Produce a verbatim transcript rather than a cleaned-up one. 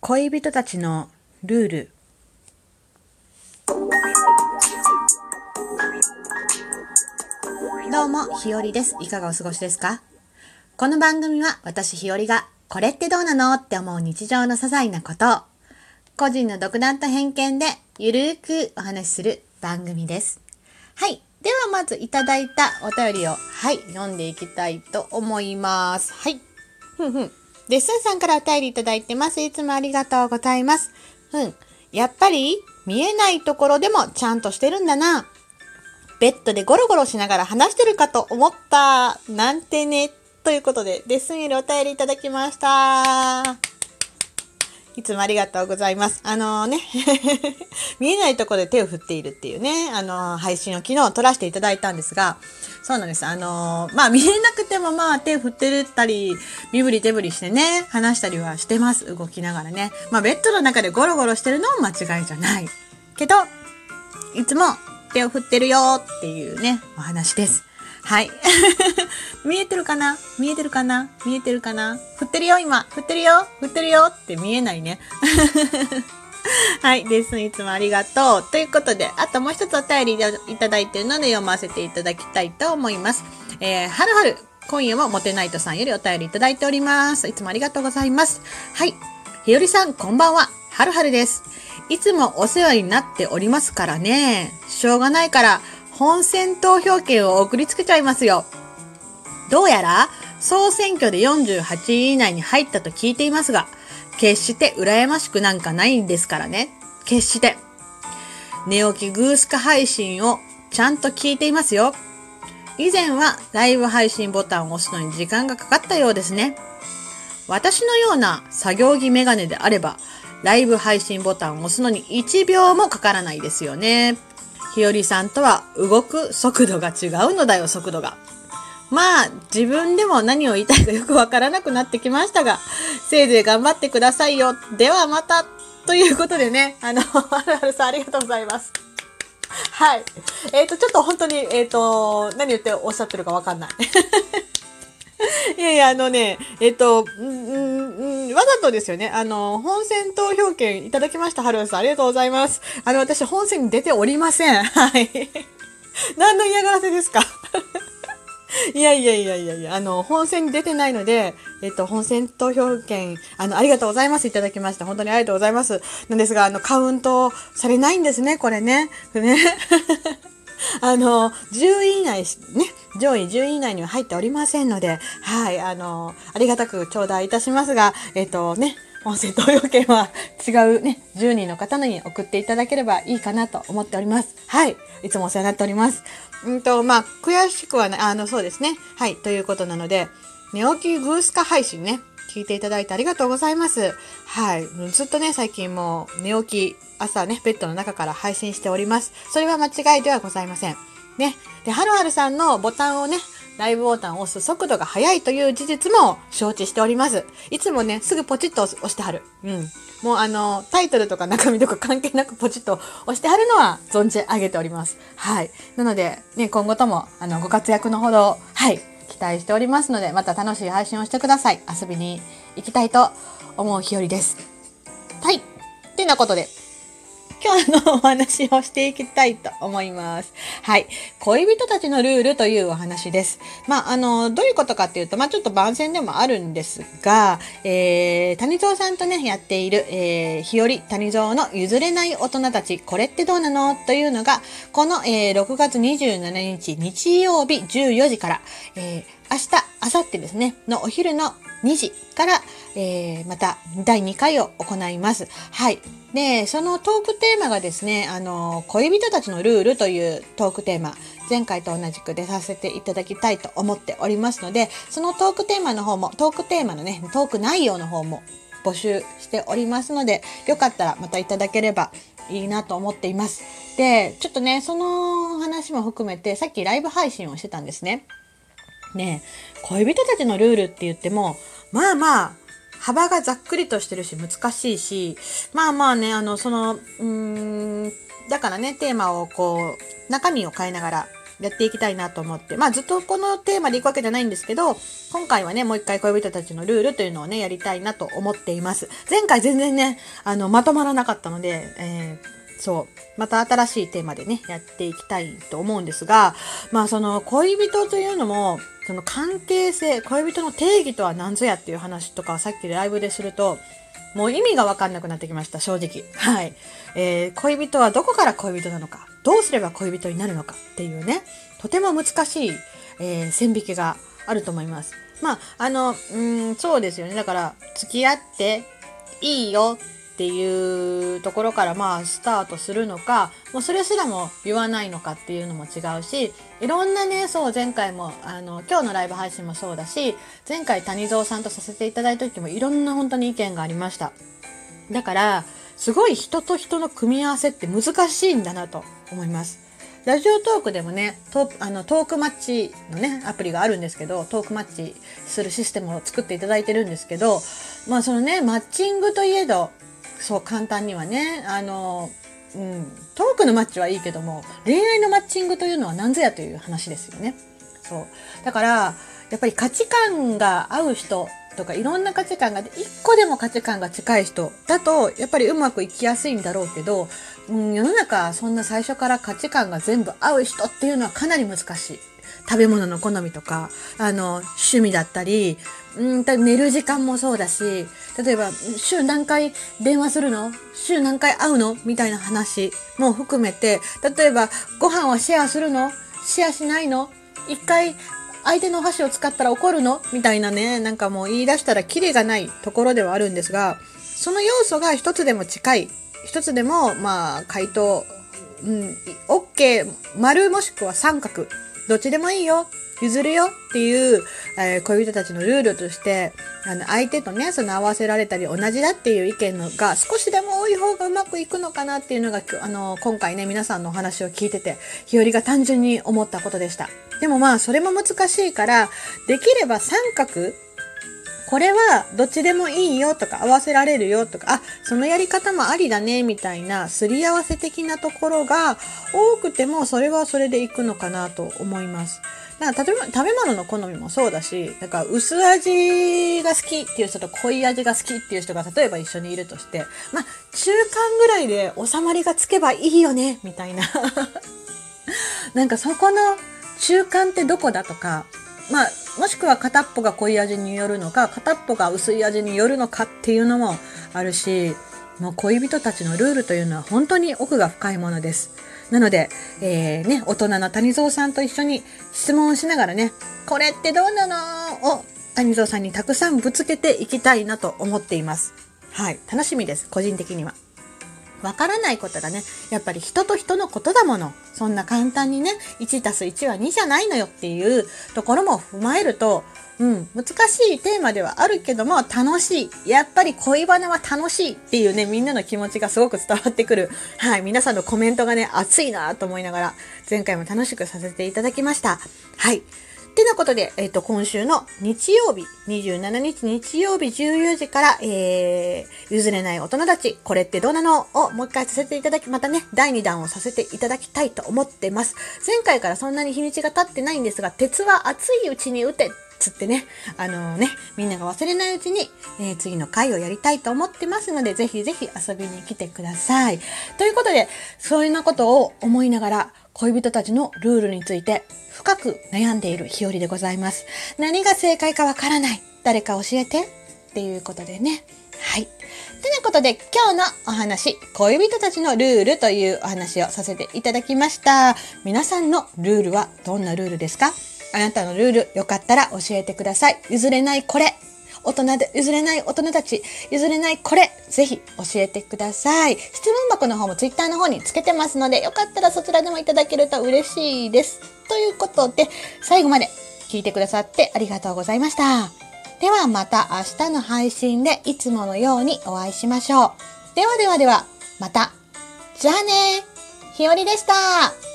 恋人たちのルール。どうも、ひよりです。いかがお過ごしですか？この番組は私ひよりがこれってどうなのって思う日常の些細なことを個人の独断と偏見でゆるーくお話しする番組です。はい。ではまずいただいたお便りを、はい、読んでいきたいと思います。はい。ふんふん。デッスンさんからお便りいただいてます。いつもありがとうございます。うん。やっぱり見えないところでもちゃんとしてるんだな。ベッドでゴロゴロしながら話してるかと思った。なんてね。ということで、デッスンよりお便りいただきました。いつもありがとうございます。あのー、ね、見えないところで手を振っているっていうね、あのー、配信を昨日撮らせていただいたんですが、そうなんです。あのー、まあ見えなくてもまあ手を振ってるったり、身振り手振りしてね、話したりはしてます。動きながらね。まあベッドの中でゴロゴロしてるのも間違いじゃない。けど、いつも手を振ってるよっていうね、お話です。はい。見えてるかな見えてるかな見えてるかな振ってるよ今振ってるよ振ってるよって見えないね。はい。です。いつもありがとう。ということで、あともう一つお便りいただいているので読ませていただきたいと思います。えー、はるはる、今夜もモテナイトさんよりお便りいただいております。いつもありがとうございます。はい。ひよりさん、こんばんは。はるはるです。いつもお世話になっておりますからね。しょうがないから、本選投票権を送りつけちゃいますよ。どうやら総選挙でよんじゅうはちい以内に入ったと聞いていますが、決して羨ましくなんかないんですからね。決して。寝起きグースカ配信をちゃんと聞いていますよ。以前はライブ配信ボタンを押すのに時間がかかったようですね。私のような作業着メガネであれば、ライブ配信ボタンを押すのにいちびょうもかからないですよね。ひよりさんとは動く速度が違うのだよ、速度が。まあ、自分でも何を言いたいかよくわからなくなってきましたが、せいぜい頑張ってくださいよ。ではまた。ということでね、あの、はるはるさんありがとうございます。はい。えっと、ちょっと本当に、えっと、何言っておっしゃってるかわかんない。いやいや、あのね、えっと、うん、うん、わざとですよね。あの、本選投票権いただきました、はるさん。ありがとうございます。あの、私、本選に出ておりません。はい。何の嫌がらせですか？いやいやいやいやいや、あの、本選に出てないので、えっと、本選投票権、あの、ありがとうございます。いただきました。本当にありがとうございます。なんですが、あの、カウントされないんですね、これね。ね。あの、じゅうい以内、ね、上位じゅうい以内には入っておりませんので、はい、あの、ありがたく頂戴いたしますが、えっとね、音声投票権は違うね、じゅうにんの方に送っていただければいいかなと思っております。はい。いつもお世話になっております。うんと、まあ、悔しくはない、あの、そうですね。はい。ということなので、寝起きグースカ配信ね、聞いていただいてありがとうございます。はい。ずっとね、最近もう寝起き、朝ね、ベッドの中から配信しております。それは間違いではございません。ね。で、はるはるさんのボタンをね、ライブボタンを押す速度が速いという事実も承知しております。いつもね、すぐポチッと押してはる。うん。もうあの、タイトルとか中身とか関係なくポチッと押してはるのは存じ上げております。はい。なので、ね、今後とも、あの、ご活躍のほど、はい、期待しておりますので、また楽しい配信をしてください。遊びに行きたいと思う日和です。はい。ってなことで、今日のお話をしていきたいと思います。はい。恋人たちのルールというお話です。まあ、あの、どういうことかっていうと、まあ、ちょっと番宣でもあるんですが、えー、谷蔵さんとね、やっている、えー、日和谷蔵の譲れない大人たち、これってどうなのというのが、この、えー、ろくがつにじゅうしちにち日曜日じゅうよじから、えー、明日、明後日ですね、のお昼のにじから、えー、まただいにかいを行います。はい。で、そのトークテーマがですね、あの、恋人たちのルールというトークテーマ、前回と同じく出させていただきたいと思っておりますので、そのトークテーマの方も、トークテーマのね、トーク内容の方も募集しておりますので、よかったらまたいただければいいなと思っています。で、ちょっとね、その話も含めて、さっきライブ配信をしてたんですね。ねえ、恋人たちのルールって言っても、まあまあ、幅がざっくりとしてるし難しいし、まあまあね、あの、その、うーん、だからね、テーマをこう、中身を変えながらやっていきたいなと思って、まあずっとこのテーマでいくわけじゃないんですけど、今回はね、もう一回恋人たちのルールというのをね、やりたいなと思っています。前回全然ね、あの、まとまらなかったので、えー、そう、また新しいテーマでね、やっていきたいと思うんですが、まあその恋人というのも、その関係性、恋人の定義とは何ぞやっていう話とかをさっきライブですると、もう意味がわかんなくなってきました、正直。はい。えー、恋人はどこから恋人なのか、どうすれば恋人になるのかっていうね、とても難しい、えー、線引きがあると思います。まあ、あの、うん、そうですよね。だから、付き合っていいよっていうところからまあスタートするのか、もうそれすらも言わないのかっていうのも違うし、いろんなね、そう前回もあの今日のライブ配信もそうだし、前回谷蔵さんとさせていただいた時もいろんな本当に意見がありました。だからすごい人と人の組み合わせって難しいんだなと思います。ラジオトークでもね、トー、あのトークマッチのね、アプリがあるんですけど、トークマッチするシステムを作っていただいてるんですけど、まあそのね、マッチングといえど、そう簡単にはね、あの、うん、トークのマッチはいいけども、恋愛のマッチングというのは何ぞやという話ですよね。そう。だから、やっぱり価値観が合う人とか、いろんな価値観が、一個でも価値観が近い人だと、やっぱりうまくいきやすいんだろうけど、うん、世の中そんな最初から価値観が全部合う人っていうのはかなり難しい。食べ物の好みとか、あの、趣味だったり、うん、寝る時間もそうだし、例えば、週何回電話するの？週何回会うの？みたいな話も含めて、例えば、ご飯はシェアするの？シェアしないの？一回、相手のお箸を使ったら怒るの？みたいなね、なんかもう言い出したらキリがないところではあるんですが、その要素が一つでも近い、一つでも、まあ、回答、うん、OK、丸もしくは三角、どっちでもいいよ、譲るよっていう、えー、恋人たちのルールとして、あの、相手とね、その合わせられたり同じだっていう意見のが少しでも多い方がうまくいくのかなっていうのが、あの、今回ね、皆さんのお話を聞いてて、日和が単純に思ったことでした。でもまあ、それも難しいから、できれば三角、これはどっちでもいいよとか合わせられるよとか、あ、そのやり方もありだねみたいなすり合わせ的なところが多くてもそれはそれでいくのかなと思います。だから例えば食べ物の好みもそうだし、だから薄味が好きっていう人と濃い味が好きっていう人が例えば一緒にいるとして、まあ中間ぐらいで収まりがつけばいいよねみたいななんかそこの中間ってどこだとか、まあもしくは片っぽが濃い味によるのか、片っぽが薄い味によるのかっていうのもあるし、もう恋人たちのルールというのは本当に奥が深いものです。なので、えー、ね、大人の谷蔵さんと一緒に質問をしながらね、これってどうなのを谷蔵さんにたくさんぶつけていきたいなと思っています。はい、楽しみです、個人的には。わからないことがね、やっぱり人と人のことだもの。そんな簡単にね、いちたすいちはにじゃないのよっていうところも踏まえると、うん、難しいテーマではあるけども楽しい。やっぱり恋バナは楽しいっていうね、みんなの気持ちがすごく伝わってくる。はい、皆さんのコメントがね、熱いなと思いながら、前回も楽しくさせていただきました。はい。ってなことで、えっと、今週の日曜日、にじゅうしちにち日曜日じゅうよじから、えー、譲れない大人たち、これってどうなのをもう一回させていただき、またね、だいにだんをさせていただきたいと思ってます。前回からそんなに日にちが経ってないんですが、鉄は熱いうちに打て、つってね、あのー、ね、みんなが忘れないうちに、えー、次の回をやりたいと思ってますので、ぜひぜひ遊びに来てください。ということで、そういうなことを思いながら、恋人たちのルールについて深く悩んでいる日和でございます。何が正解かわからない。誰か教えてっていうことでね。はい。ということで今日のお話、恋人たちのルールというお話をさせていただきました。皆さんのルールはどんなルールですか？あなたのルールよかったら教えてください。譲れないこれ。大人で譲れない大人たち、譲れないこれ、ぜひ教えてください。質問箱の方もツイッターの方につけてますので、よかったらそちらでもいただけると嬉しいです。ということで、最後まで聞いてくださってありがとうございました。ではまた明日の配信でいつものようにお会いしましょう。ではではでは、また。じゃあね。ひよりでした。